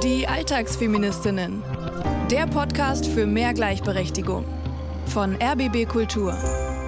Die Alltagsfeministinnen. Der Podcast für mehr Gleichberechtigung. Von RBB Kultur.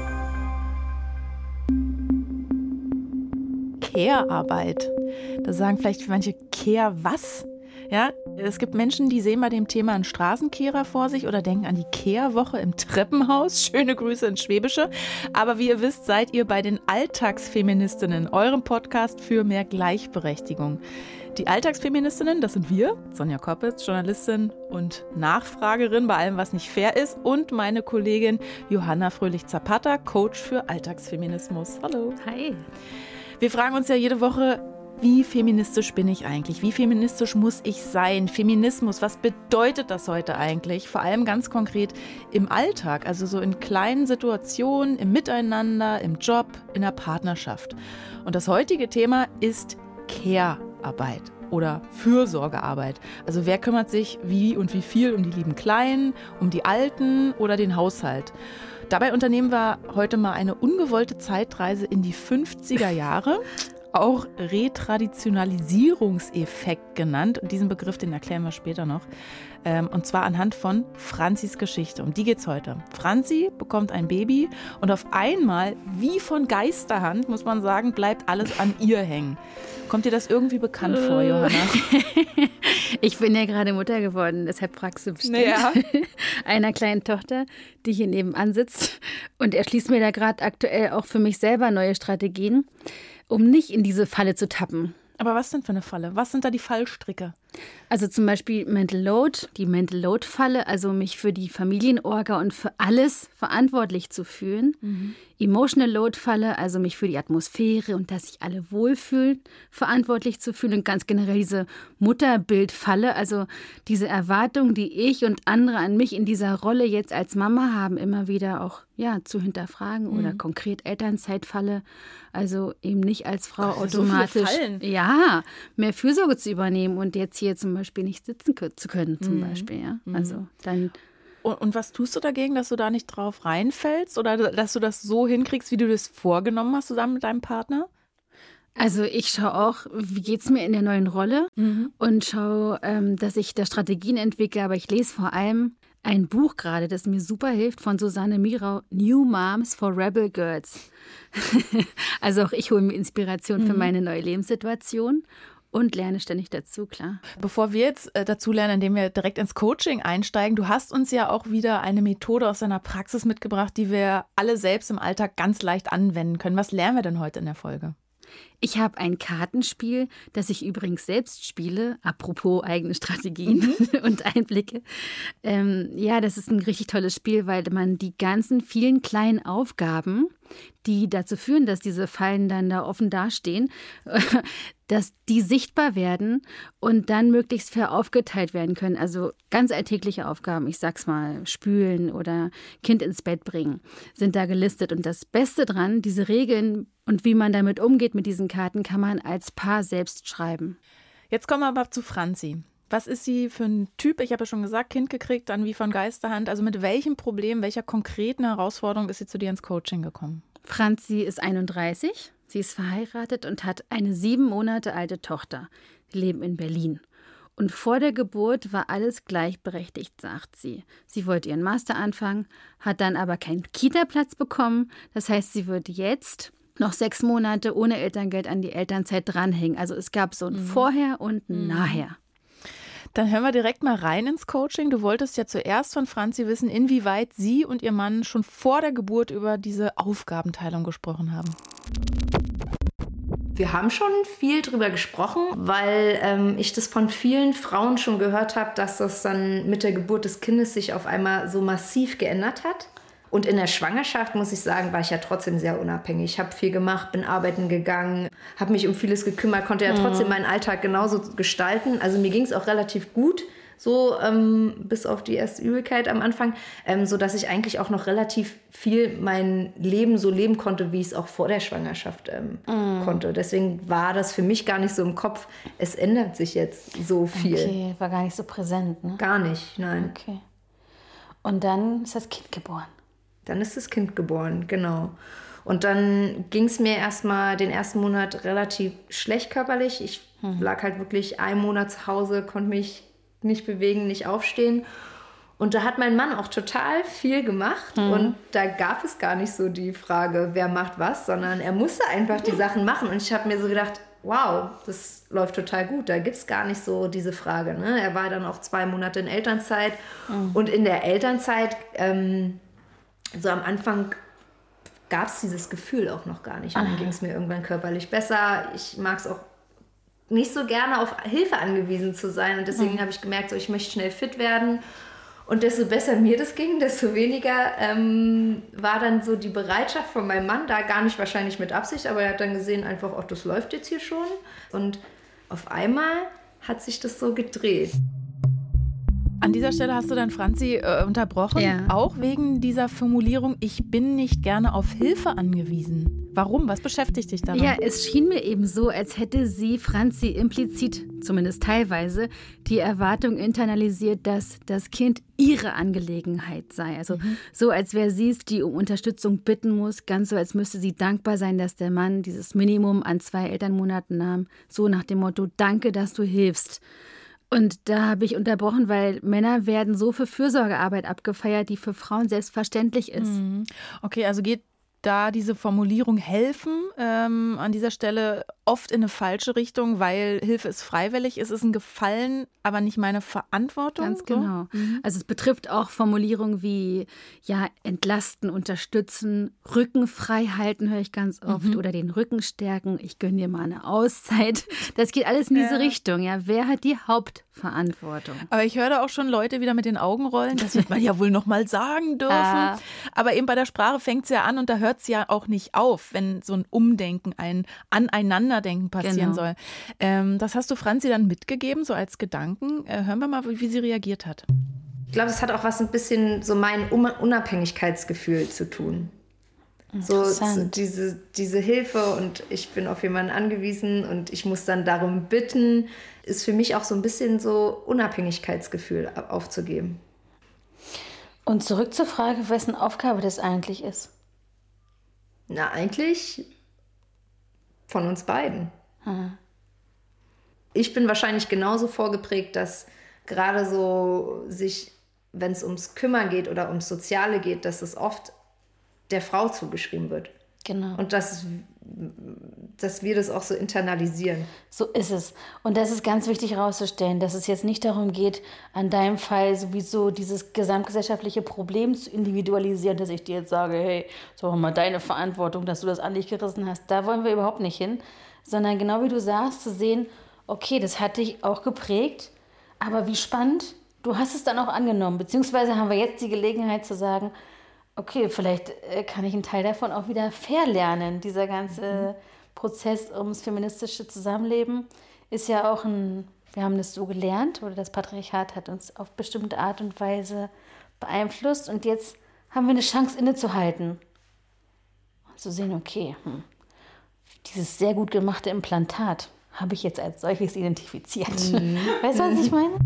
Care-Arbeit. Da sagen vielleicht manche, Care was? Ja, es gibt Menschen, die sehen bei dem Thema einen Straßenkehrer vor sich oder denken an die Kehrwoche im Treppenhaus. Schöne Grüße ins Schwäbische. Aber wie ihr wisst, seid ihr bei den Alltagsfeministinnen, eurem Podcast für mehr Gleichberechtigung. Die Alltagsfeministinnen, das sind wir, Sonja Koppitz, Journalistin und Nachfragerin bei allem, was nicht fair ist, und meine Kollegin Johanna Fröhlich-Zapata, Coach für Alltagsfeminismus. Hallo. Hi. Wir fragen uns ja jede Woche, wie feministisch bin ich eigentlich? Wie feministisch muss ich sein? Feminismus, was bedeutet das heute eigentlich? Vor allem ganz konkret im Alltag, also so in kleinen Situationen, im Miteinander, im Job, in der Partnerschaft. Und das heutige Thema ist Care-Arbeit oder Fürsorgearbeit. Also wer kümmert sich wie und wie viel um die lieben Kleinen, um die Alten oder den Haushalt? Dabei unternehmen wir heute mal eine ungewollte Zeitreise in die 50er Jahre. Auch Retraditionalisierungseffekt genannt. Und diesen Begriff, den erklären wir später noch. Und zwar anhand von Franzis Geschichte. Um die geht's heute. Franzi bekommt ein Baby und auf einmal, wie von Geisterhand, muss man sagen, bleibt alles an ihr hängen. Kommt dir das irgendwie bekannt vor, Johanna? Ich bin ja gerade Mutter geworden, deshalb fragst du bestimmt. Ja. Einer kleinen Tochter, die hier nebenan sitzt. Und erschließt mir da gerade aktuell auch für mich selber neue Strategien, um nicht in diese Falle zu tappen. Aber was denn für eine Falle? Was sind da die Fallstricke? Also zum Beispiel Mental Load, die Mental Load-Falle, also mich für die Familienorga und für alles verantwortlich zu fühlen. Emotional Load-Falle, also mich für die Atmosphäre und dass sich alle wohlfühlen, verantwortlich zu fühlen. Und ganz generell diese Mutterbild-Falle, also diese Erwartung, die ich und andere an mich in dieser Rolle jetzt als Mama haben, immer wieder auch zu hinterfragen oder konkret Elternzeitfalle. Also eben nicht als Frau automatisch mehr Fürsorge zu übernehmen und jetzt hier zum Beispiel nicht sitzen zu können, zum Beispiel. Ja? Also dann. Und was tust du dagegen, dass du da nicht drauf reinfällst oder dass du das so hinkriegst, wie du das vorgenommen hast, zusammen mit deinem Partner? Also ich schaue auch, wie geht es mir in der neuen Rolle und schaue, dass ich da Strategien entwickle, aber ich lese vor allem ein Buch gerade, das mir super hilft, von Susanne Mirau, New Moms for Rebel Girls. Also auch ich hole mir Inspiration für meine neue Lebenssituation und lerne ständig dazu, klar. Bevor wir jetzt dazu lernen, indem wir direkt ins Coaching einsteigen, du hast uns ja auch wieder eine Methode aus deiner Praxis mitgebracht, die wir alle selbst im Alltag ganz leicht anwenden können. Was lernen wir denn heute in der Folge? Ich habe ein Kartenspiel, das ich übrigens selbst spiele, apropos eigene Strategien und Einblicke. Das ist ein richtig tolles Spiel, weil man die ganzen vielen kleinen Aufgaben, die dazu führen, dass diese Fallen dann da offen dastehen, dass die sichtbar werden und dann möglichst fair aufgeteilt werden können. Also ganz alltägliche Aufgaben, ich sag's mal, spülen oder Kind ins Bett bringen, sind da gelistet. Und das Beste dran, diese Regeln und wie man damit umgeht mit diesen Karten, kann man als Paar selbst schreiben. Jetzt kommen wir aber zu Franzi. Was ist sie für ein Typ? Ich habe ja schon gesagt, Kind gekriegt, dann wie von Geisterhand. Also mit welchem Problem, welcher konkreten Herausforderung ist sie zu dir ins Coaching gekommen? Franzi ist 31, sie ist verheiratet und hat eine 7 Monate alte Tochter. Die leben in Berlin. Und vor der Geburt war alles gleichberechtigt, sagt sie. Sie wollte ihren Master anfangen, hat dann aber keinen Kita-Platz bekommen. Das heißt, sie wird jetzt noch 6 Monate ohne Elterngeld an die Elternzeit dranhängen. Also es gab so ein Vorher und ein Nachher. Dann hören wir direkt mal rein ins Coaching. Du wolltest ja zuerst von Franzi wissen, inwieweit sie und ihr Mann schon vor der Geburt über diese Aufgabenteilung gesprochen haben. Wir haben schon viel drüber gesprochen, weil ich das von vielen Frauen schon gehört habe, dass das dann mit der Geburt des Kindes sich auf einmal so massiv geändert hat. Und in der Schwangerschaft, muss ich sagen, war ich ja trotzdem sehr unabhängig. Ich habe viel gemacht, bin arbeiten gegangen, habe mich um vieles gekümmert, konnte ja trotzdem meinen Alltag genauso gestalten. Also mir ging es auch relativ gut, so bis auf die erste Übelkeit am Anfang, sodass ich eigentlich auch noch relativ viel mein Leben so leben konnte, wie ich es auch vor der Schwangerschaft konnte. Deswegen war das für mich gar nicht so im Kopf, es ändert sich jetzt so viel. Okay, war gar nicht so präsent, ne? Gar nicht, nein. Okay. Und dann ist das Kind geboren. Dann ist das Kind geboren, genau. Und dann ging es mir erstmal den ersten Monat relativ schlecht körperlich. Ich lag halt wirklich einen Monat zu Hause, konnte mich nicht bewegen, nicht aufstehen. Und da hat mein Mann auch total viel gemacht und da gab es gar nicht so die Frage, wer macht was, sondern er musste einfach die Sachen machen. Und ich habe mir so gedacht, wow, das läuft total gut, da gibt es gar nicht so diese Frage. Ne? Er war dann auch 2 Monate in Elternzeit und in der Elternzeit, so am Anfang gab es dieses Gefühl auch noch gar nicht. Und dann ging es mir irgendwann körperlich besser. Ich mag es auch nicht so gerne auf Hilfe angewiesen zu sein und deswegen habe ich gemerkt, so, ich möchte schnell fit werden. Und desto besser mir das ging, desto weniger war dann so die Bereitschaft von meinem Mann, da gar nicht wahrscheinlich mit Absicht, aber er hat dann gesehen einfach, ach, das läuft jetzt hier schon. Und auf einmal hat sich das so gedreht. An dieser Stelle hast du dann Franzi unterbrochen, auch wegen dieser Formulierung, ich bin nicht gerne auf Hilfe angewiesen. Warum? Was beschäftigt dich daran? Ja, es schien mir eben so, als hätte sie, Franzi, implizit, zumindest teilweise, die Erwartung internalisiert, dass das Kind ihre Angelegenheit sei. Also so, als wäre sie es, die um Unterstützung bitten muss, ganz so, als müsste sie dankbar sein, dass der Mann dieses Minimum an 2 Elternmonaten nahm. So nach dem Motto, danke, dass du hilfst. Und da habe ich unterbrochen, weil Männer werden so für Fürsorgearbeit abgefeiert, die für Frauen selbstverständlich ist. Okay, also geht da diese Formulierung helfen an dieser Stelle oft in eine falsche Richtung, weil Hilfe ist freiwillig, es ist ein Gefallen, aber nicht meine Verantwortung. Ganz genau. So? Also es betrifft auch Formulierungen wie entlasten, unterstützen, Rücken frei halten, höre ich ganz oft, oder den Rücken stärken, ich gönne dir mal eine Auszeit. Das geht alles in diese Richtung. Ja, wer hat die Hauptverantwortung? Aber ich höre da auch schon Leute wieder mit den Augen rollen, das wird man ja wohl noch mal sagen dürfen. Aber eben bei der Sprache fängt es ja an und da hört es ja auch nicht auf, wenn so ein Umdenken, ein Aneinanderdenken passieren soll. Das hast du Franzi dann mitgegeben, so als Gedanken. Hören wir mal, wie sie reagiert hat. Ich glaube, es hat auch was ein bisschen so mein Unabhängigkeitsgefühl zu tun. So diese Hilfe und ich bin auf jemanden angewiesen und ich muss dann darum bitten, ist für mich auch so ein bisschen so Unabhängigkeitsgefühl aufzugeben. Und zurück zur Frage, wessen Aufgabe das eigentlich ist. Na, eigentlich von uns beiden. Ich bin wahrscheinlich genauso vorgeprägt, dass gerade so sich, wenn es ums Kümmern geht oder ums Soziale geht, dass es oft der Frau zugeschrieben wird. Genau. Und dass wir das auch so internalisieren. So ist es. Und das ist ganz wichtig herauszustellen, dass es jetzt nicht darum geht, an deinem Fall sowieso dieses gesamtgesellschaftliche Problem zu individualisieren, dass ich dir jetzt sage, hey, so mal deine Verantwortung, dass du das an dich gerissen hast. Da wollen wir überhaupt nicht hin. Sondern genau wie du sagst, zu sehen, okay, das hat dich auch geprägt, aber wie spannend, du hast es dann auch angenommen. Beziehungsweise haben wir jetzt die Gelegenheit zu sagen, okay, vielleicht kann ich einen Teil davon auch wieder verlernen. Dieser ganze Prozess ums feministische Zusammenleben ist ja auch wir haben das so gelernt, oder das Patriarchat hat uns auf bestimmte Art und Weise beeinflusst und jetzt haben wir eine Chance innezuhalten und zu sehen, okay, dieses sehr gut gemachte Implantat habe ich jetzt als solches identifiziert. Weißt du, was ich meine?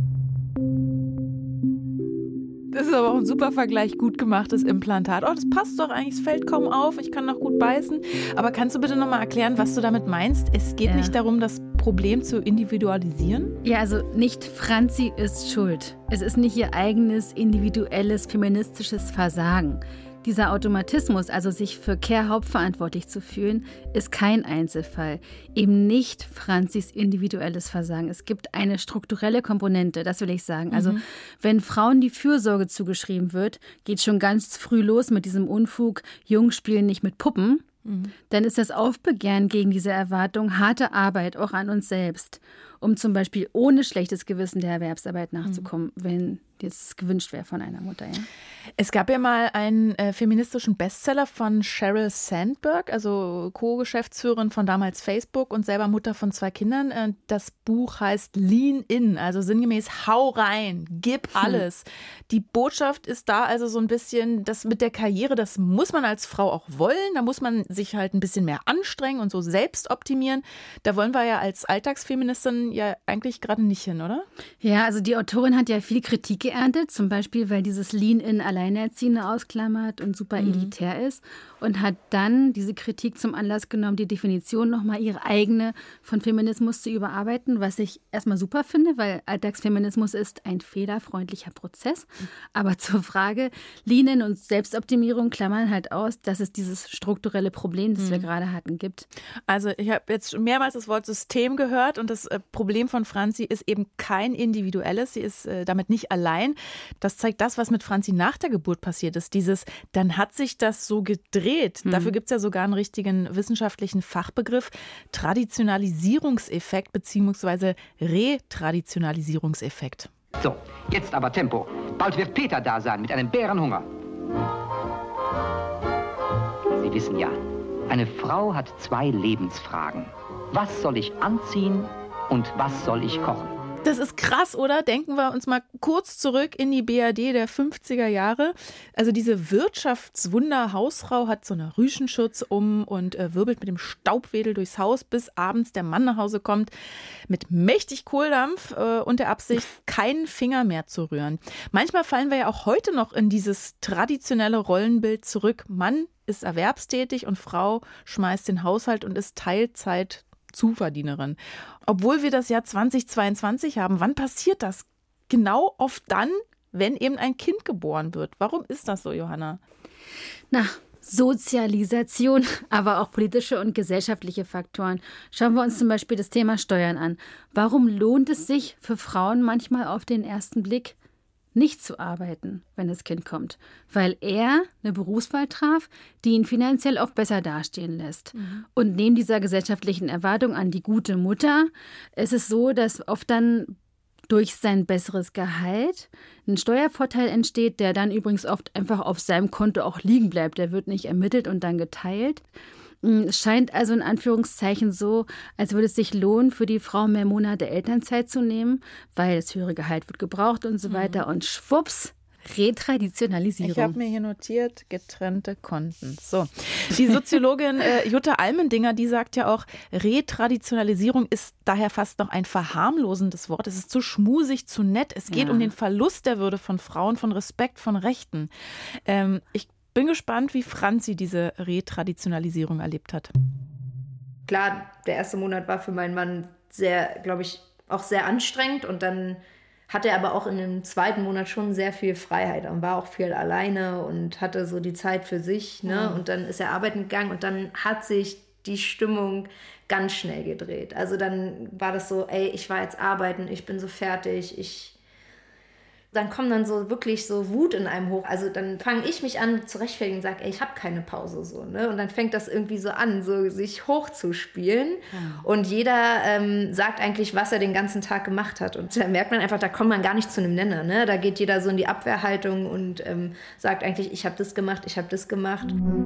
Das ist aber auch ein super Vergleich, gut gemachtes Implantat. Oh, das passt doch eigentlich, es fällt kaum auf, ich kann noch gut beißen. Aber kannst du bitte nochmal erklären, was du damit meinst? Es geht nicht darum, das Problem zu individualisieren? Ja, also nicht Franzi ist schuld. Es ist nicht ihr eigenes, individuelles, feministisches Versagen. Dieser Automatismus, also sich für Care hauptverantwortlich zu fühlen, ist kein Einzelfall. Eben nicht Franzis individuelles Versagen. Es gibt eine strukturelle Komponente, das will ich sagen. Also wenn Frauen die Fürsorge zugeschrieben wird, geht schon ganz früh los mit diesem Unfug, Jungs spielen nicht mit Puppen. Dann ist das Aufbegehren gegen diese Erwartung harte Arbeit auch an uns selbst, um zum Beispiel ohne schlechtes Gewissen der Erwerbsarbeit nachzukommen, wenn jetzt gewünscht wäre von einer Mutter. Ja? Es gab ja mal einen feministischen Bestseller von Sheryl Sandberg, also Co-Geschäftsführerin von damals Facebook und selber Mutter von 2 Kindern. Das Buch heißt Lean In, also sinngemäß hau rein, gib alles. Die Botschaft ist da also so ein bisschen, das mit der Karriere, das muss man als Frau auch wollen, da muss man sich halt ein bisschen mehr anstrengen und so selbst optimieren. Da wollen wir ja als Alltagsfeministin Lean ja eigentlich gerade nicht hin, oder? Ja, also die Autorin hat ja viel Kritik geerntet, zum Beispiel, weil dieses Lean-in Alleinerziehende ausklammert und super elitär ist und hat dann diese Kritik zum Anlass genommen, die Definition nochmal ihre eigene von Feminismus zu überarbeiten, was ich erstmal super finde, weil Alltagsfeminismus ist ein fehlerfreundlicher Prozess. Aber zur Frage, Lean-in und Selbstoptimierung klammern halt aus, dass es dieses strukturelle Problem, das wir gerade hatten, gibt. Also ich habe jetzt mehrmals das Wort System gehört und das Problem von Franzi ist eben kein individuelles. Sie ist damit nicht allein. Das zeigt das, was mit Franzi nach der Geburt passiert ist. Dann hat sich das so gedreht. Dafür gibt es ja sogar einen richtigen wissenschaftlichen Fachbegriff. Traditionalisierungseffekt bzw. Retraditionalisierungseffekt. So, jetzt aber Tempo. Bald wird Peter da sein mit einem Bärenhunger. Sie wissen ja, eine Frau hat 2 Lebensfragen. Was soll ich anziehen und was soll ich kochen? Das ist krass, oder? Denken wir uns mal kurz zurück in die BRD der 50er Jahre. Also diese Wirtschaftswunder-Hausfrau hat so einen Rüschenschutz um und wirbelt mit dem Staubwedel durchs Haus, bis abends der Mann nach Hause kommt mit mächtig Kohldampf und der Absicht, keinen Finger mehr zu rühren. Manchmal fallen wir ja auch heute noch in dieses traditionelle Rollenbild zurück. Mann ist erwerbstätig und Frau schmeißt den Haushalt und ist Teilzeit Zuverdienerin. Obwohl wir das Jahr 2022 haben, wann passiert das? Genau oft dann, wenn eben ein Kind geboren wird. Warum ist das so, Johanna? Sozialisation, aber auch politische und gesellschaftliche Faktoren. Schauen wir uns zum Beispiel das Thema Steuern an. Warum lohnt es sich für Frauen manchmal auf den ersten Blick, nicht zu arbeiten, wenn das Kind kommt, weil er eine Berufswahl traf, die ihn finanziell oft besser dastehen lässt. Und neben dieser gesellschaftlichen Erwartung an die gute Mutter ist es so, dass oft dann durch sein besseres Gehalt ein Steuervorteil entsteht, der dann übrigens oft einfach auf seinem Konto auch liegen bleibt. Der wird nicht ermittelt und dann geteilt. Es scheint also in Anführungszeichen so, als würde es sich lohnen, für die Frau mehr Monate Elternzeit zu nehmen, weil das höhere Gehalt wird gebraucht und so weiter. Und schwupps, Retraditionalisierung. Ich habe mir hier notiert, getrennte Konten. So, die Soziologin Jutta Almendinger, die sagt ja auch, Retraditionalisierung ist daher fast noch ein verharmlosendes Wort. Es ist zu schmusig, zu nett. Es geht um den Verlust der Würde von Frauen, von Respekt, von Rechten. Ich bin gespannt, wie Franzi diese Retraditionalisierung erlebt hat. Klar, der erste Monat war für meinen Mann sehr, glaube ich, auch sehr anstrengend. Und dann hatte er aber auch in dem zweiten Monat schon sehr viel Freiheit und war auch viel alleine und hatte so die Zeit für sich. Ne? Und dann ist er arbeiten gegangen und dann hat sich die Stimmung ganz schnell gedreht. Also dann war das so, ey, ich war jetzt arbeiten, ich bin so fertig, dann kommt dann so wirklich so Wut in einem hoch. Also dann fange ich mich an zu rechtfertigen und sage, ey, ich habe keine Pause. So, ne? Und dann fängt das irgendwie so an, so sich hochzuspielen. Und jeder sagt eigentlich, was er den ganzen Tag gemacht hat. Und da merkt man einfach, da kommt man gar nicht zu einem Nenner. Ne? Da geht jeder so in die Abwehrhaltung und sagt eigentlich, ich habe das gemacht, ich habe das gemacht.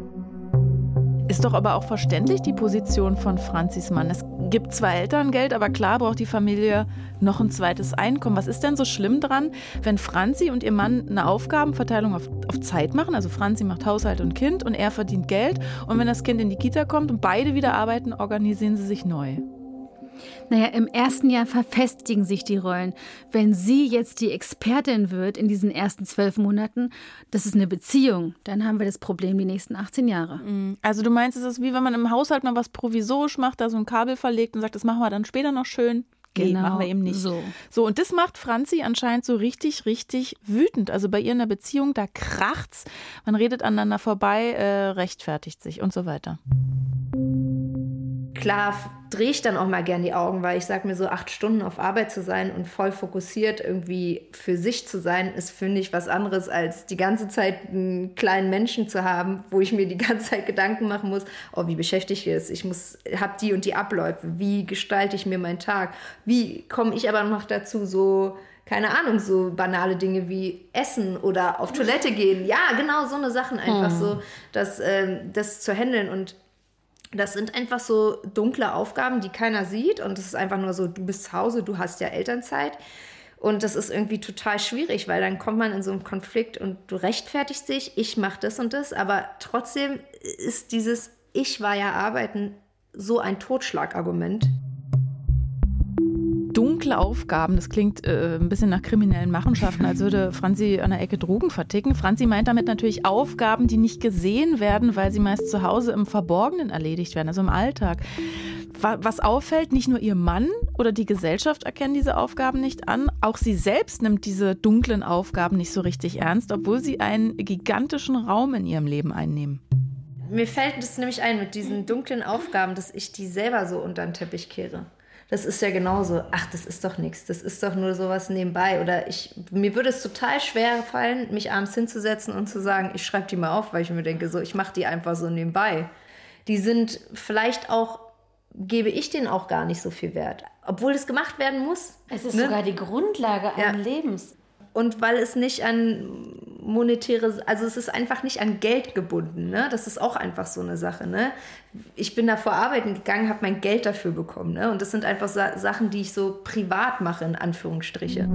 Ist doch aber auch verständlich, die Position von Franzis Mann. Es gibt zwar Elterngeld, aber klar braucht die Familie noch ein zweites Einkommen. Was ist denn so schlimm dran, wenn Franzi und ihr Mann eine Aufgabenverteilung auf Zeit machen? Also Franzi macht Haushalt und Kind und er verdient Geld. Und wenn das Kind in die Kita kommt und beide wieder arbeiten, organisieren sie sich neu. Naja, im ersten Jahr verfestigen sich die Rollen. Wenn sie jetzt die Expertin wird in diesen ersten 12 Monaten, das ist eine Beziehung, dann haben wir das Problem die nächsten 18 Jahre. Also du meinst, es ist wie wenn man im Haushalt mal was provisorisch macht, da so ein Kabel verlegt und sagt, das machen wir dann später noch schön. Nee, genau, machen wir eben nicht. So, und das macht Franzi anscheinend so richtig, richtig wütend. Also bei ihr in der Beziehung, da kracht's, man redet aneinander vorbei, rechtfertigt sich und so weiter. Klar drehe ich dann auch mal gern die Augen, weil ich sage mir so, 8 Stunden auf Arbeit zu sein und voll fokussiert irgendwie für sich zu sein, ist, finde ich, was anderes, als die ganze Zeit einen kleinen Menschen zu haben, wo ich mir die ganze Zeit Gedanken machen muss, oh, wie beschäftigt ist, ich habe die und die Abläufe, wie gestalte ich mir meinen Tag, wie komme ich aber noch dazu, so, keine Ahnung, so banale Dinge wie Essen oder auf Toilette gehen, ja, genau, so eine Sachen einfach so, das zu handeln. Und das sind einfach so dunkle Aufgaben, die keiner sieht. Und es ist einfach nur so, du bist zu Hause, du hast ja Elternzeit. Und das ist irgendwie total schwierig, weil dann kommt man in so einen Konflikt und du rechtfertigst dich, ich mache das und das. Aber trotzdem ist dieses Ich war ja arbeiten so ein Totschlagargument. Dunkle Aufgaben, das klingt ein bisschen nach kriminellen Machenschaften, als würde Franzi an der Ecke Drogen verticken. Franzi meint damit natürlich Aufgaben, die nicht gesehen werden, weil sie meist zu Hause im Verborgenen erledigt werden, also im Alltag. Was auffällt, nicht nur ihr Mann oder die Gesellschaft erkennen diese Aufgaben nicht an, auch sie selbst nimmt diese dunklen Aufgaben nicht so richtig ernst, obwohl sie einen gigantischen Raum in ihrem Leben einnehmen. Mir fällt es nämlich ein mit diesen dunklen Aufgaben, dass ich die selber so unter den Teppich kehre. Das ist ja genauso, ach, das ist doch nichts, das ist doch nur sowas nebenbei. Oder mir würde es total schwer fallen, mich abends hinzusetzen und zu sagen, ich schreibe die mal auf, weil ich mir denke, so, ich mache die einfach so nebenbei. Die sind vielleicht auch, gebe ich denen auch gar nicht so viel Wert. Obwohl es gemacht werden muss. Es ist sogar die Grundlage eines Lebens. Und weil es nicht an also es ist einfach nicht an Geld gebunden, ne? Das ist auch einfach so eine Sache, ne? Ich bin da vor arbeiten gegangen, habe mein Geld dafür bekommen, ne? Und das sind einfach Sachen, die ich so privat mache, in Anführungsstriche.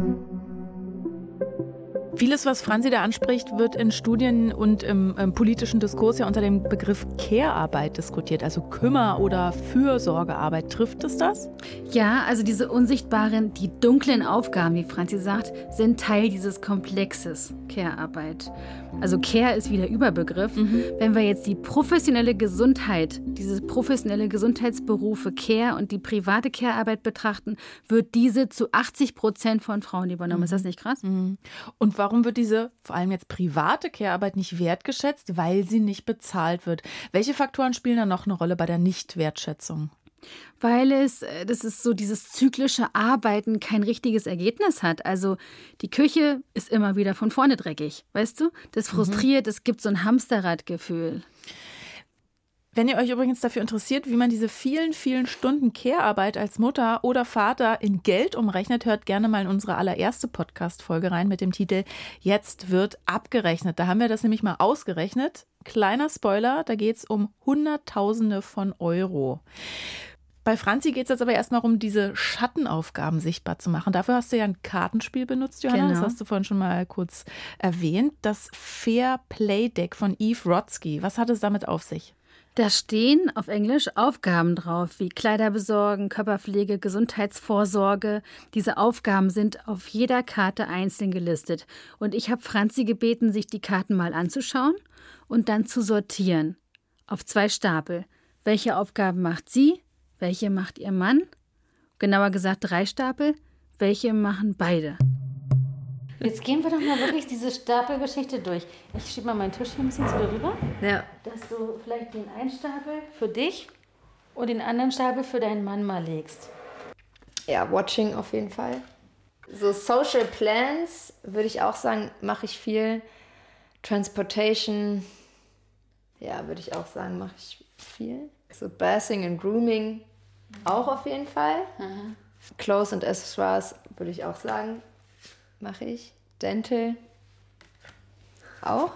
Vieles, was Franzi da anspricht, wird in Studien und im politischen Diskurs ja unter dem Begriff Care-Arbeit diskutiert, also Kümmer- oder Fürsorgearbeit. Trifft es das? Ja, also diese unsichtbaren, die dunklen Aufgaben, wie Franzi sagt, sind Teil dieses Komplexes Care-Arbeit. Also Care ist wie der Überbegriff. Wenn wir jetzt die professionelle Gesundheit, diese professionelle Gesundheitsberufe Care und die private Care-Arbeit betrachten, wird diese zu 80% von Frauen übernommen. Ist das nicht krass? Und warum wird diese, vor allem jetzt private Care-Arbeit, nicht wertgeschätzt? Weil sie nicht bezahlt wird. Welche Faktoren spielen da noch eine Rolle bei der Nichtwertschätzung? Weil das ist so dieses zyklische Arbeiten kein richtiges Ergebnis hat. Also die Küche ist immer wieder von vorne dreckig, weißt du? Das frustriert, es gibt so ein Hamsterradgefühl. Wenn ihr euch übrigens dafür interessiert, wie man diese vielen, vielen Stunden Care-Arbeit als Mutter oder Vater in Geld umrechnet, hört gerne mal in unsere allererste Podcast-Folge rein mit dem Titel Jetzt wird abgerechnet. Da haben wir das nämlich mal ausgerechnet. Kleiner Spoiler, da geht es um Hunderttausende von Euro. Bei Franzi geht es jetzt aber erstmal darum, diese Schattenaufgaben sichtbar zu machen. Dafür hast du ja ein Kartenspiel benutzt, Johanna. Genau. Das hast du vorhin schon mal kurz erwähnt. Das Fair Play Deck von Eve Rodsky. Was hat es damit auf sich? Da stehen auf Englisch Aufgaben drauf, wie Kleider besorgen, Körperpflege, Gesundheitsvorsorge. Diese Aufgaben sind auf jeder Karte einzeln gelistet. Und ich habe Franzi gebeten, sich die Karten mal anzuschauen und dann zu sortieren. Auf 2 Stapel. Welche Aufgaben macht sie? Welche macht ihr Mann? Genauer gesagt 3 Stapel. Welche machen beide? Jetzt gehen wir doch mal wirklich diese Stapelgeschichte durch. Ich schiebe mal meinen Tisch hier ein bisschen zu dir rüber. Ja. Dass du vielleicht den einen Stapel für dich und den anderen Stapel für deinen Mann mal legst. Ja, Watching auf jeden Fall. So Social Plans, würde ich auch sagen, mache ich viel. Transportation, ja, würde ich auch sagen, mache ich viel. So Bathing and Grooming auch auf jeden Fall. Clothes and Accessoires würde ich auch sagen, mache ich. Dental auch.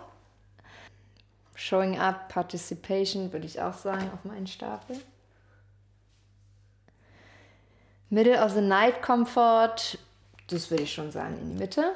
Showing up, Participation würde ich auch sagen auf meinen Stapel. Middle of the Night Comfort, das würde ich schon sagen in die Mitte.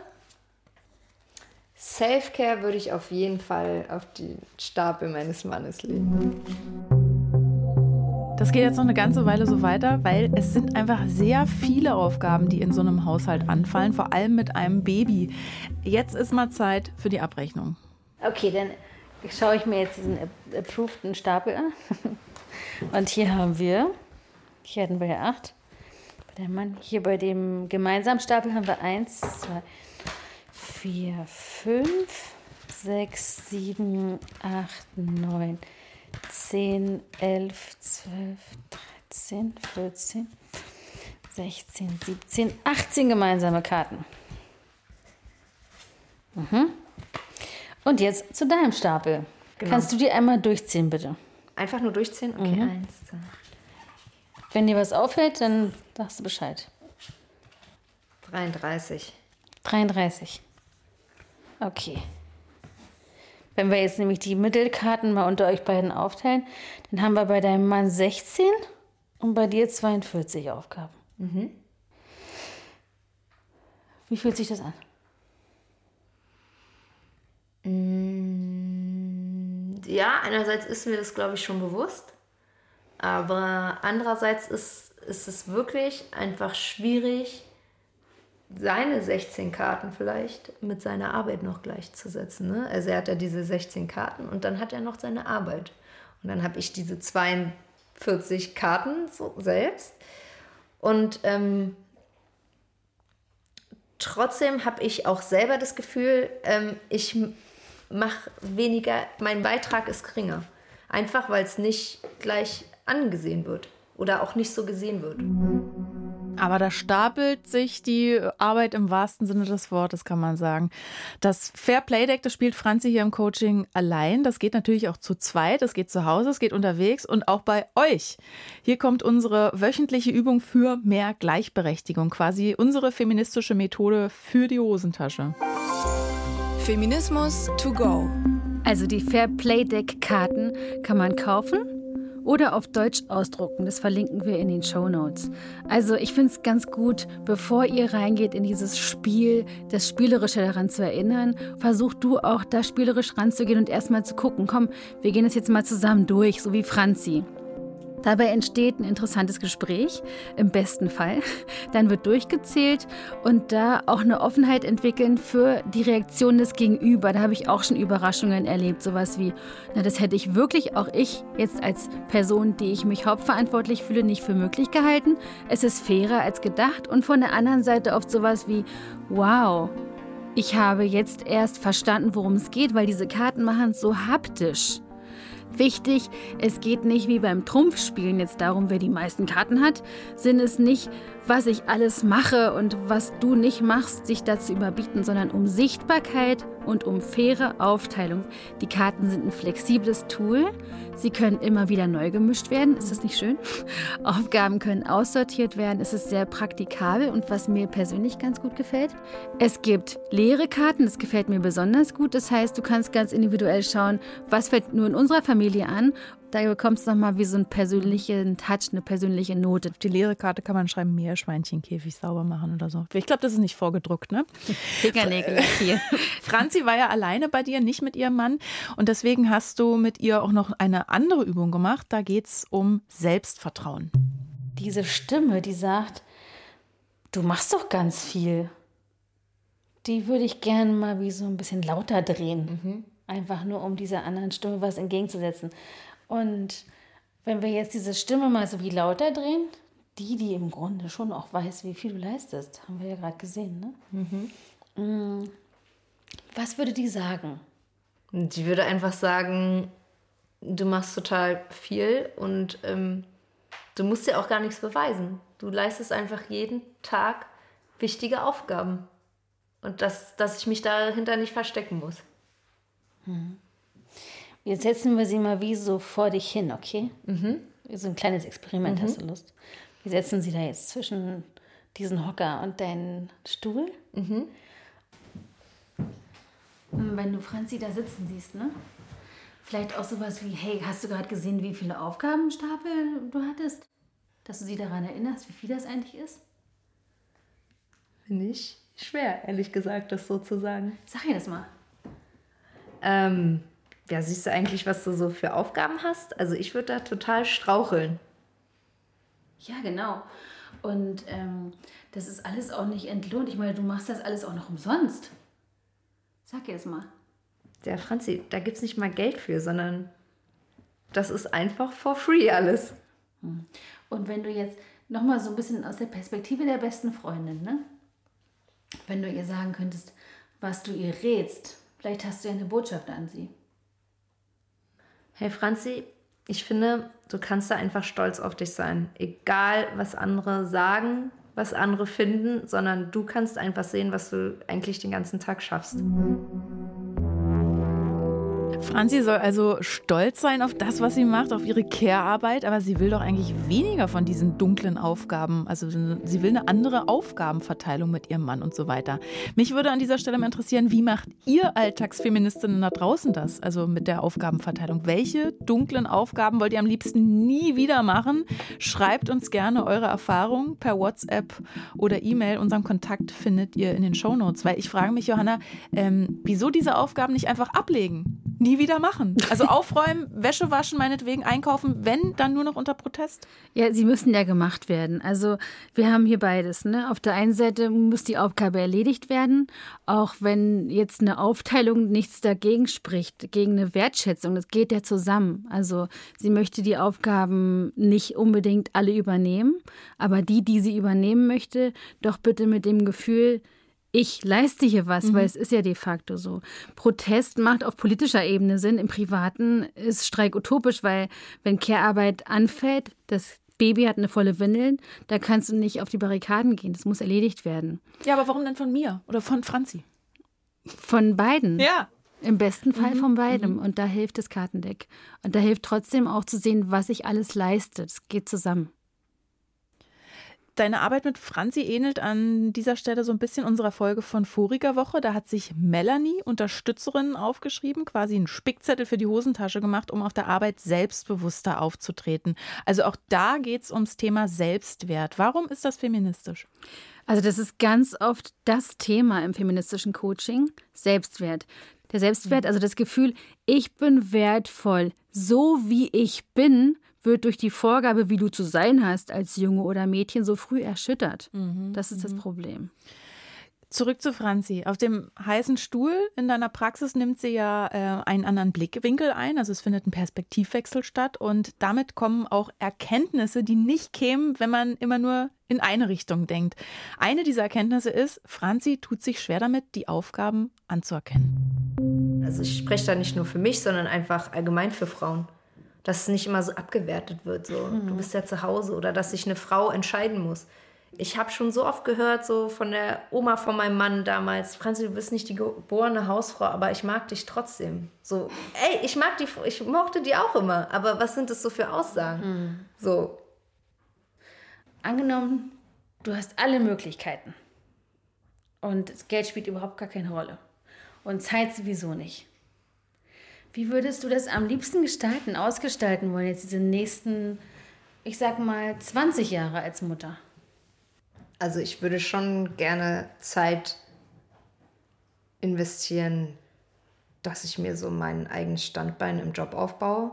Self-Care würde ich auf jeden Fall auf den Stapel meines Mannes legen. Das geht jetzt noch eine ganze Weile so weiter, weil es sind einfach sehr viele Aufgaben, die in so einem Haushalt anfallen, vor allem mit einem Baby. Jetzt ist mal Zeit für die Abrechnung. Okay, dann schaue ich mir jetzt diesen approveden Stapel an. Und hier hatten wir ja 8. Bei dem Mann, hier bei dem gemeinsamen Stapel haben wir 1, 2, 4, 5, 6, 7, 8, 9, 10, 11, 12, 13, 14, 16, 17, 18 gemeinsame Karten. Und jetzt zu deinem Stapel. Genau. Kannst du die einmal durchziehen, bitte? Einfach nur durchziehen? Okay, 1, 2. Wenn dir was auffällt, dann sagst du Bescheid. 33. 33. Okay. Wenn wir jetzt nämlich die Mittelkarten mal unter euch beiden aufteilen, dann haben wir bei deinem Mann 16 und bei dir 42 Aufgaben. Wie fühlt sich das an? Ja, einerseits ist mir das, glaube ich, schon bewusst. Aber andererseits ist ist es wirklich einfach schwierig, seine 16 Karten vielleicht mit seiner Arbeit noch gleichzusetzen. Ne? Also er hat ja diese 16 Karten und dann hat er noch seine Arbeit. Und dann habe ich diese 42 Karten so selbst. Und trotzdem habe ich auch selber das Gefühl, ich mache weniger, mein Beitrag ist geringer. Einfach, weil es nicht gleich angesehen wird oder auch nicht so gesehen wird. Aber da stapelt sich die Arbeit im wahrsten Sinne des Wortes, kann man sagen. Das Fair Play Deck, das spielt Franzi hier im Coaching allein. Das geht natürlich auch zu zweit, das geht zu Hause, es geht unterwegs und auch bei euch. Hier kommt unsere wöchentliche Übung für mehr Gleichberechtigung, quasi unsere feministische Methode für die Hosentasche. Feminismus to go. Also die Fair Play Deck Karten kann man kaufen oder auf Deutsch ausdrucken. Das verlinken wir in den Shownotes. Also ich finde es ganz gut, bevor ihr reingeht in dieses Spiel, das Spielerische daran zu erinnern, versuch du auch da spielerisch ranzugehen und erstmal zu gucken, komm, wir gehen das jetzt mal zusammen durch, so wie Franzi. Dabei entsteht ein interessantes Gespräch, im besten Fall. Dann wird durchgezählt und da auch eine Offenheit entwickeln für die Reaktion des Gegenüber. Da habe ich auch schon Überraschungen erlebt, sowas wie, na, das hätte ich wirklich auch ich jetzt als Person, die ich mich hauptverantwortlich fühle, nicht für möglich gehalten. Es ist fairer als gedacht und von der anderen Seite oft sowas wie, wow, ich habe jetzt erst verstanden, worum es geht, weil diese Karten machen es so haptisch. Wichtig, es geht nicht wie beim Trumpfspielen jetzt darum, wer die meisten Karten hat. Sinn ist nicht, was ich alles mache und was du nicht machst, sich dazu überbieten, sondern um Sichtbarkeit und um faire Aufteilung. Die Karten sind ein flexibles Tool. Sie können immer wieder neu gemischt werden. Ist das nicht schön? Aufgaben können aussortiert werden. Es ist sehr praktikabel und was mir persönlich ganz gut gefällt. Es gibt leere Karten, das gefällt mir besonders gut. Das heißt, du kannst ganz individuell schauen, was fällt nur in unserer Familie an. Da bekommst du nochmal wie so einen persönlichen Touch, eine persönliche Note. Auf die leere Karte kann man schreiben, Meerschweinchenkäfig sauber machen oder so. Ich glaube, das ist nicht vorgedruckt, ne? Fingernägel hier. Franzi war ja alleine bei dir, nicht mit ihrem Mann. Und deswegen hast du mit ihr auch noch eine andere Übung gemacht. Da geht es um Selbstvertrauen. Diese Stimme, die sagt, du machst doch ganz viel. Die würde ich gerne mal wie so ein bisschen lauter drehen. Einfach nur, um dieser anderen Stimme was entgegenzusetzen. Und wenn wir jetzt diese Stimme mal so wie lauter drehen, die im Grunde schon auch weiß, wie viel du leistest, haben wir ja gerade gesehen, ne? Was würde die sagen? Die würde einfach sagen, du machst total viel und du musst dir auch gar nichts beweisen. Du leistest einfach jeden Tag wichtige Aufgaben. Und dass ich mich dahinter nicht verstecken muss. Jetzt setzen wir sie mal wie so vor dich hin, okay? So ein kleines Experiment, hast du Lust? Wir setzen sie da jetzt zwischen diesen Hocker und deinen Stuhl. Wenn du Franzi da sitzen siehst, ne? Vielleicht auch sowas wie, hey, hast du gerade gesehen, wie viele Aufgabenstapel du hattest? Dass du sie daran erinnerst, wie viel das eigentlich ist? Finde ich schwer, ehrlich gesagt, das so zu sagen. Sag ihr das mal. Ja, siehst du eigentlich, was du so für Aufgaben hast? Also ich würde da total straucheln. Ja, genau. Und das ist alles auch nicht entlohnt. Ich meine, du machst das alles auch noch umsonst. Sag ihr das mal. Ja, Franzi, da gibt es nicht mal Geld für, sondern das ist einfach for free alles. Und wenn du jetzt nochmal so ein bisschen aus der Perspektive der besten Freundin, ne? Wenn du ihr sagen könntest, was du ihr rätst, vielleicht hast du ja eine Botschaft an sie. Hey Franzi, ich finde, du kannst da einfach stolz auf dich sein. Egal, was andere sagen, was andere finden, sondern du kannst einfach sehen, was du eigentlich den ganzen Tag schaffst. Franzi soll also stolz sein auf das, was sie macht, auf ihre Care-Arbeit, aber sie will doch eigentlich weniger von diesen dunklen Aufgaben. Also sie will eine andere Aufgabenverteilung mit ihrem Mann und so weiter. Mich würde an dieser Stelle mal interessieren, wie macht ihr Alltagsfeministinnen da draußen das, also mit der Aufgabenverteilung? Welche dunklen Aufgaben wollt ihr am liebsten nie wieder machen? Schreibt uns gerne eure Erfahrungen per WhatsApp oder E-Mail. Unseren Kontakt findet ihr in den Shownotes, weil ich frage mich, Johanna, wieso diese Aufgaben nicht einfach ablegen? nie wieder machen. Also aufräumen, Wäsche waschen, meinetwegen einkaufen, wenn, dann nur noch unter Protest. Ja, sie müssen ja gemacht werden. Also wir haben hier beides. Ne? Auf der einen Seite muss die Aufgabe erledigt werden, auch wenn jetzt eine Aufteilung nichts dagegen spricht, gegen eine Wertschätzung. Das geht ja zusammen. Also sie möchte die Aufgaben nicht unbedingt alle übernehmen, aber die sie übernehmen möchte, doch bitte mit dem Gefühl, ich leiste hier was, weil es ist ja de facto so. Protest macht auf politischer Ebene Sinn, im Privaten ist Streik utopisch, weil wenn Care-Arbeit anfällt, das Baby hat eine volle Windeln, da kannst du nicht auf die Barrikaden gehen, das muss erledigt werden. Ja, aber warum denn von mir oder von Franzi? Von beiden. Ja. Im besten Fall von beidem. Und da hilft das Kartendeck. Und da hilft trotzdem auch zu sehen, was ich alles leiste. Das geht zusammen. Deine Arbeit mit Franzi ähnelt an dieser Stelle so ein bisschen unserer Folge von voriger Woche. Da hat sich Melanie, Unterstützerin, aufgeschrieben, quasi einen Spickzettel für die Hosentasche gemacht, um auf der Arbeit selbstbewusster aufzutreten. Also auch da geht es ums Thema Selbstwert. Warum ist das feministisch? Also das ist ganz oft das Thema im feministischen Coaching, Selbstwert. Der Selbstwert, also das Gefühl, ich bin wertvoll, so wie ich bin, wird durch die Vorgabe, wie du zu sein hast als Junge oder Mädchen, so früh erschüttert. Das ist das Problem. Zurück zu Franzi. Auf dem heißen Stuhl in deiner Praxis nimmt sie ja einen anderen Blickwinkel ein. Also es findet ein Perspektivwechsel statt und damit kommen auch Erkenntnisse, die nicht kämen, wenn man immer nur in eine Richtung denkt. Eine dieser Erkenntnisse ist, Franzi tut sich schwer damit, die Aufgaben anzuerkennen. Also ich spreche da nicht nur für mich, sondern einfach allgemein für Frauen. Dass es nicht immer so abgewertet wird, so du bist ja zu Hause oder dass sich eine Frau entscheiden muss. Ich habe schon so oft gehört, so von der Oma von meinem Mann damals, Franzi, du bist nicht die geborene Hausfrau, aber ich mag dich trotzdem. So, ey, ich mochte die auch immer, aber was sind das so für Aussagen? So. Angenommen, du hast alle Möglichkeiten und das Geld spielt überhaupt gar keine Rolle und Zeit sowieso nicht. Wie würdest du das am liebsten ausgestalten wollen, jetzt diese nächsten, ich sag mal, 20 Jahre als Mutter? Also ich würde schon gerne Zeit investieren, dass ich mir so mein eigenes Standbein im Job aufbaue.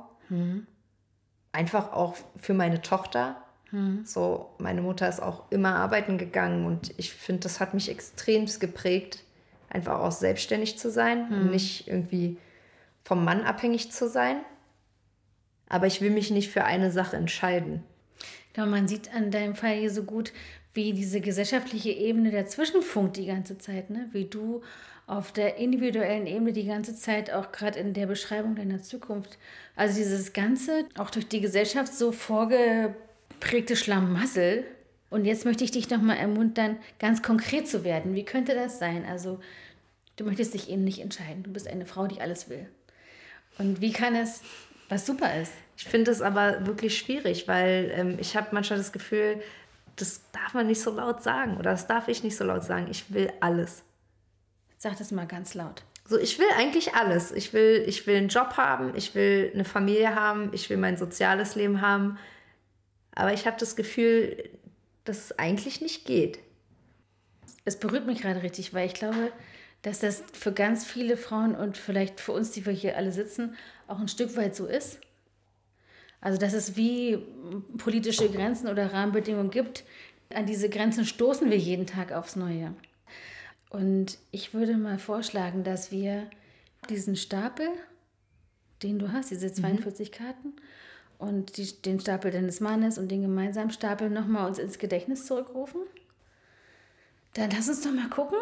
Einfach auch für meine Tochter. So, meine Mutter ist auch immer arbeiten gegangen und ich finde, das hat mich extrem geprägt, einfach auch selbstständig zu sein und nicht irgendwie vom Mann abhängig zu sein. Aber ich will mich nicht für eine Sache entscheiden. Ich glaube, man sieht an deinem Fall hier so gut, wie diese gesellschaftliche Ebene dazwischen funkt die ganze Zeit. Ne? Wie du auf der individuellen Ebene die ganze Zeit, auch gerade in der Beschreibung deiner Zukunft, also dieses Ganze, auch durch die Gesellschaft so vorgeprägte Schlamassel. Und jetzt möchte ich dich nochmal ermuntern, ganz konkret zu werden. Wie könnte das sein? Also du möchtest dich eben nicht entscheiden. Du bist eine Frau, die alles will. Und wie kann es, was super ist? Ich finde es aber wirklich schwierig, weil ich habe manchmal das Gefühl, das darf man nicht so laut sagen oder das darf ich nicht so laut sagen. Ich will alles. Sag das mal ganz laut. So, ich will eigentlich alles. Ich will einen Job haben, ich will eine Familie haben, ich will mein soziales Leben haben. Aber ich habe das Gefühl, dass es eigentlich nicht geht. Es berührt mich gerade richtig, weil ich glaube, dass das für ganz viele Frauen und vielleicht für uns, die wir hier alle sitzen, auch ein Stück weit so ist. Also dass es wie politische Grenzen oder Rahmenbedingungen gibt, an diese Grenzen stoßen wir jeden Tag aufs Neue. Und ich würde mal vorschlagen, dass wir diesen Stapel, den du hast, diese 42 Karten und den Stapel deines Mannes und den gemeinsamen Stapel nochmal uns ins Gedächtnis zurückrufen. Dann lass uns doch mal gucken,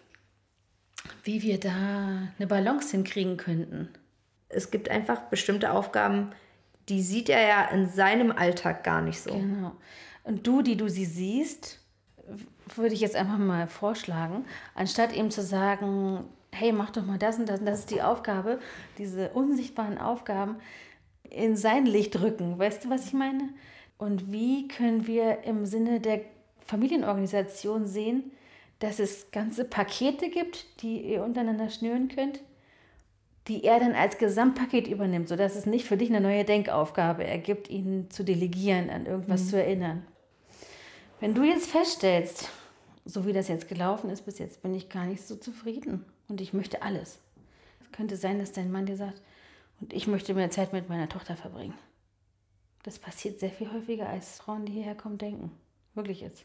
wie wir da eine Balance hinkriegen könnten. Es gibt einfach bestimmte Aufgaben, die sieht er ja in seinem Alltag gar nicht so. Genau. Und du, die du sie siehst, würde ich jetzt einfach mal vorschlagen, anstatt ihm zu sagen, hey, mach doch mal das und das ist die Aufgabe, diese unsichtbaren Aufgaben in sein Licht rücken. Weißt du, was ich meine? Und wie können wir im Sinne der Familienorganisation sehen, dass es ganze Pakete gibt, die ihr untereinander schnüren könnt, die er dann als Gesamtpaket übernimmt, sodass es nicht für dich eine neue Denkaufgabe ergibt, ihn zu delegieren, an irgendwas zu erinnern. Wenn du jetzt feststellst, so wie das jetzt gelaufen ist bis jetzt, bin ich gar nicht so zufrieden und ich möchte alles. Es könnte sein, dass dein Mann dir sagt, Und ich möchte mehr Zeit mit meiner Tochter verbringen. Das passiert sehr viel häufiger, als Frauen, die hierher kommen, denken. Wirklich jetzt.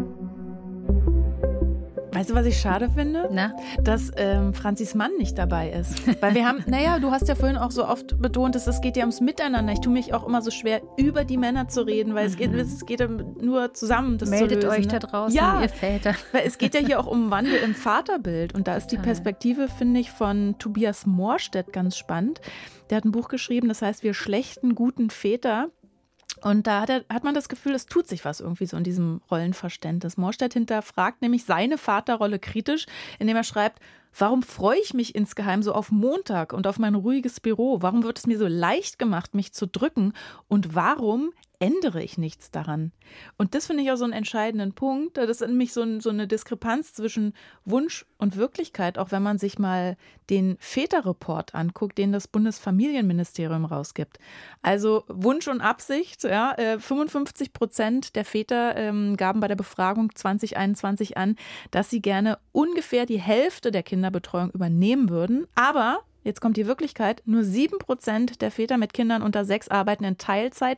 Weißt du, was ich schade finde? Na? Dass Franzis Mann nicht dabei ist. Weil wir haben, du hast ja vorhin auch so oft betont, dass es geht ja ums Miteinander. Ich tue mich auch immer so schwer, über die Männer zu reden, weil es geht ja nur zusammen, das Meldet zu lösen. euch da draußen, ihr Väter. Weil es geht ja hier auch um Wandel im Vaterbild. Und da ist die Perspektive, finde ich, von Tobias Morstedt ganz spannend. Der hat ein Buch geschrieben, das heißt Wir schlechten, guten Väter. Und da hat man das Gefühl, es tut sich was irgendwie so in diesem Rollenverständnis. Morstedt hinterfragt nämlich seine Vaterrolle kritisch, indem er schreibt, warum freue ich mich insgeheim so auf Montag und auf mein ruhiges Büro? Warum wird es mir so leicht gemacht, mich zu drücken? Und warum ändere ich nichts daran? Und das finde ich auch so einen entscheidenden Punkt. Das ist nämlich so eine Diskrepanz zwischen Wunsch und Wirklichkeit, auch wenn man sich mal den Väterreport anguckt, den das Bundesfamilienministerium rausgibt. Also Wunsch und Absicht, 55% der Väter gaben bei der Befragung 2021 an, dass sie gerne ungefähr die Hälfte der Kinderbetreuung übernehmen würden, aber jetzt kommt die Wirklichkeit, nur 7% der Väter mit Kindern unter 6 arbeiten in Teilzeit,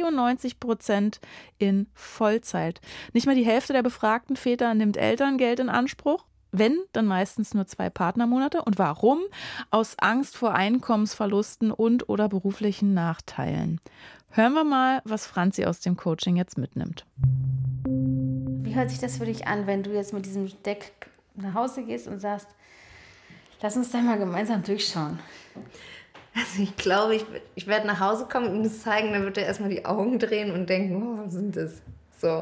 93% in Vollzeit. Nicht mal die Hälfte der befragten Väter nimmt Elterngeld in Anspruch. Wenn, dann meistens nur 2 Partnermonate. Und warum? Aus Angst vor Einkommensverlusten und oder beruflichen Nachteilen. Hören wir mal, was Franzi aus dem Coaching jetzt mitnimmt. Wie hört sich das für dich an, wenn du jetzt mit diesem Deck nach Hause gehst und sagst, lass uns da mal gemeinsam durchschauen. Also ich glaube, ich werde nach Hause kommen und ihm das zeigen, dann wird er erstmal die Augen drehen und denken, oh, was sind das? So.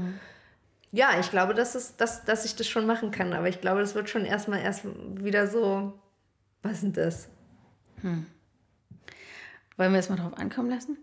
Ja, ich glaube, dass ich das schon machen kann, aber ich glaube, das wird schon erst wieder so, was sind das? Wollen wir es mal drauf ankommen lassen?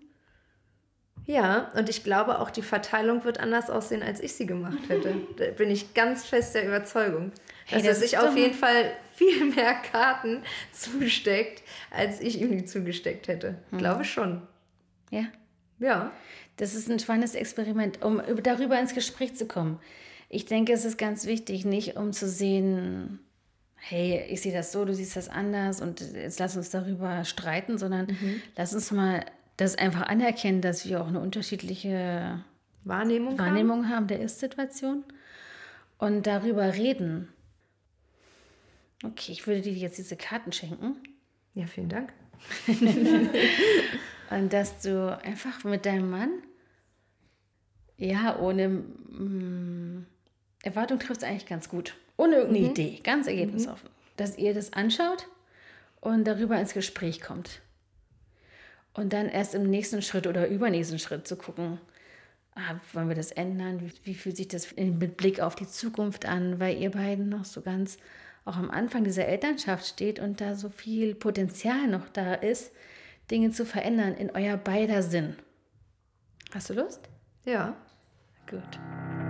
Ja, und ich glaube auch, die Verteilung wird anders aussehen, als ich sie gemacht hätte. Da bin ich ganz fest der Überzeugung. Dass er sich auf jeden Fall viel mehr Karten zusteckt, als ich ihm die zugesteckt hätte. Glaube schon. Ja? Ja. Das ist ein spannendes Experiment, um darüber ins Gespräch zu kommen. Ich denke, es ist ganz wichtig, nicht um zu sehen, hey, ich sehe das so, du siehst das anders und jetzt lass uns darüber streiten, sondern lass uns mal das einfach anerkennen, dass wir auch eine unterschiedliche Wahrnehmung haben der Ist-Situation und darüber reden. Okay, ich würde dir jetzt diese Karten schenken. Ja, vielen Dank. Und dass du einfach mit deinem Mann, ohne Erwartung trifft es eigentlich ganz gut. Ohne irgendeine Idee, ganz ergebnisoffen. Dass ihr das anschaut und darüber ins Gespräch kommt. Und dann erst im nächsten Schritt oder übernächsten Schritt zu gucken, wollen wir das ändern? Wie fühlt sich das mit Blick auf die Zukunft an? Weil ihr beiden noch so ganz auch am Anfang dieser Elternschaft steht und da so viel Potenzial noch da ist, Dinge zu verändern in euer beider Sinn. Hast du Lust? Ja. Gut.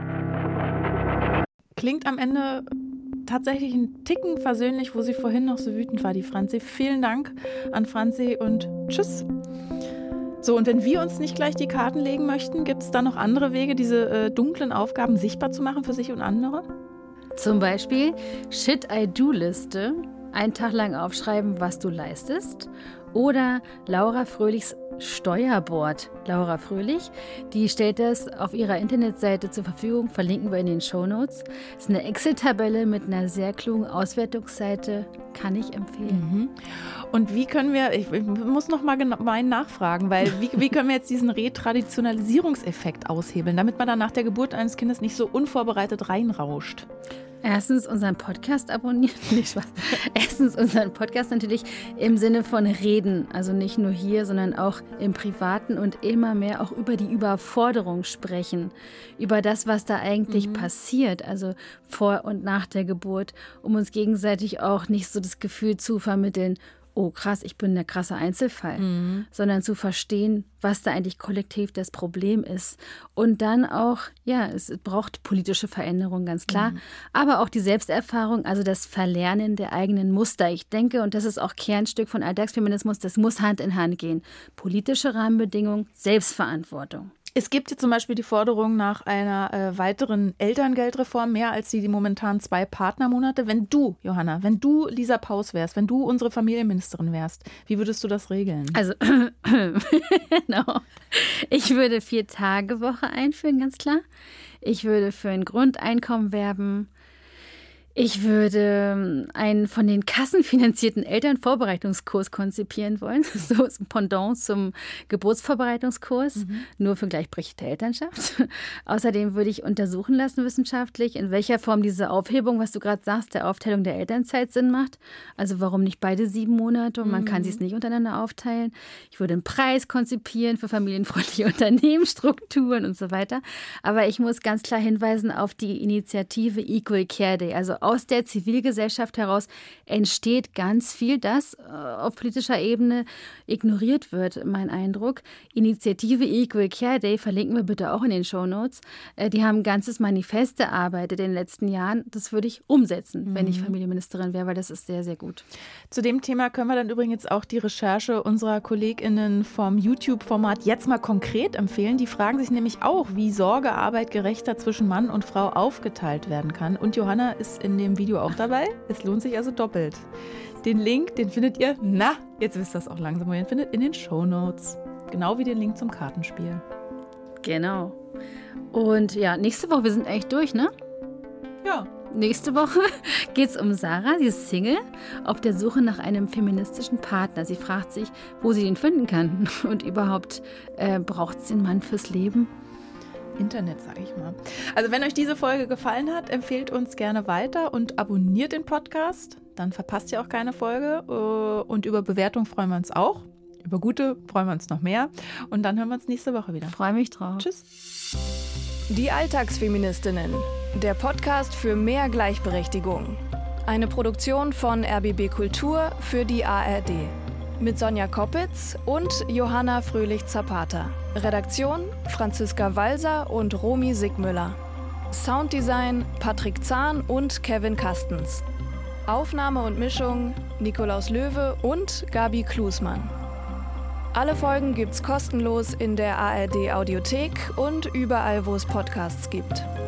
Klingt am Ende tatsächlich ein Ticken versöhnlich, wo sie vorhin noch so wütend war, die Franzi. Vielen Dank an Franzi und tschüss. So, und wenn wir uns nicht gleich die Karten legen möchten, gibt es da noch andere Wege, diese dunklen Aufgaben sichtbar zu machen für sich und andere? Zum Beispiel Shit-I-Do-Liste, einen Tag lang aufschreiben, was du leistest. Oder Laura Fröhlichs Steuerboard. Laura Fröhlich, die stellt das auf ihrer Internetseite zur Verfügung, verlinken wir in den Shownotes. Das ist eine Excel-Tabelle mit einer sehr klugen Auswertungsseite, kann ich empfehlen. Und wie können wir, ich muss noch mal gemein nachfragen, weil wie können wir jetzt diesen Retraditionalisierungseffekt aushebeln, damit man dann nach der Geburt eines Kindes nicht so unvorbereitet reinrauscht? Erstens unseren Podcast abonnieren. Nicht Spaß. Erstens unseren Podcast natürlich im Sinne von reden. Also nicht nur hier, sondern auch im Privaten und immer mehr auch über die Überforderung sprechen. Über das, was da eigentlich passiert, also vor und nach der Geburt, um uns gegenseitig auch nicht so das Gefühl zu vermitteln, oh krass, ich bin der krasse Einzelfall, sondern zu verstehen, was da eigentlich kollektiv das Problem ist. Und dann auch, es braucht politische Veränderung, ganz klar, aber auch die Selbsterfahrung, also das Verlernen der eigenen Muster. Ich denke, und das ist auch Kernstück von Alltagsfeminismus, das muss Hand in Hand gehen. Politische Rahmenbedingungen, Selbstverantwortung. Es gibt jetzt zum Beispiel die Forderung nach einer weiteren Elterngeldreform, mehr als die momentan 2 Partnermonate. Wenn du, Johanna, wenn du Lisa Paus wärst, wenn du unsere Familienministerin wärst, wie würdest du das regeln? Also, genau. Ich würde 4-Tage-Woche einführen, ganz klar. Ich würde für ein Grundeinkommen werben. Ich würde einen von den Kassen finanzierten Elternvorbereitungskurs konzipieren wollen, so ein Pendant zum Geburtsvorbereitungskurs, nur für gleichberechtigte Elternschaft. Außerdem würde ich untersuchen lassen wissenschaftlich, in welcher Form diese Aufhebung, was du gerade sagst, der Aufteilung der Elternzeit Sinn macht. Also warum nicht beide 7 Monate und man kann sie es nicht untereinander aufteilen. Ich würde einen Preis konzipieren für familienfreundliche Unternehmensstrukturen und so weiter. Aber ich muss ganz klar hinweisen auf die Initiative Equal Care Day, also aus der Zivilgesellschaft heraus entsteht ganz viel, das auf politischer Ebene ignoriert wird, mein Eindruck. Initiative Equal Care Day verlinken wir bitte auch in den Shownotes. Die haben ein ganzes Manifest erarbeitet in den letzten Jahren. Das würde ich umsetzen, wenn ich Familienministerin wäre, weil das ist sehr, sehr gut. Zu dem Thema können wir dann übrigens auch die Recherche unserer KollegInnen vom YouTube-Format jetzt mal konkret empfehlen. Die fragen sich nämlich auch, wie Sorgearbeit gerechter zwischen Mann und Frau aufgeteilt werden kann. Und Johanna ist in dem Video auch dabei. Es lohnt sich also doppelt. Den Link, den findet ihr, jetzt wisst ihr das auch langsam, wo ihr ihn findet, in den Shownotes. Genau wie den Link zum Kartenspiel. Genau. Und ja, nächste Woche, wir sind eigentlich durch, ne? Ja. Nächste Woche geht es um Sarah, sie ist Single, auf der Suche nach einem feministischen Partner. Sie fragt sich, wo sie den finden kann und überhaupt braucht sie einen Mann fürs Leben. Internet, sage ich mal. Also wenn euch diese Folge gefallen hat, empfehlt uns gerne weiter und abonniert den Podcast. Dann verpasst ihr auch keine Folge. Und über Bewertung freuen wir uns auch. Über gute freuen wir uns noch mehr. Und dann hören wir uns nächste Woche wieder. Freue mich drauf. Tschüss. Die Alltagsfeministinnen. Der Podcast für mehr Gleichberechtigung. Eine Produktion von RBB Kultur für die ARD. Mit Sonja Koppitz und Johanna Fröhlich-Zapata. Redaktion Franziska Walser und Romy Sigmüller. Sounddesign Patrick Zahn und Kevin Kastens. Aufnahme und Mischung Nikolaus Löwe und Gabi Klusmann. Alle Folgen gibt's kostenlos in der ARD Audiothek und überall, wo es Podcasts gibt.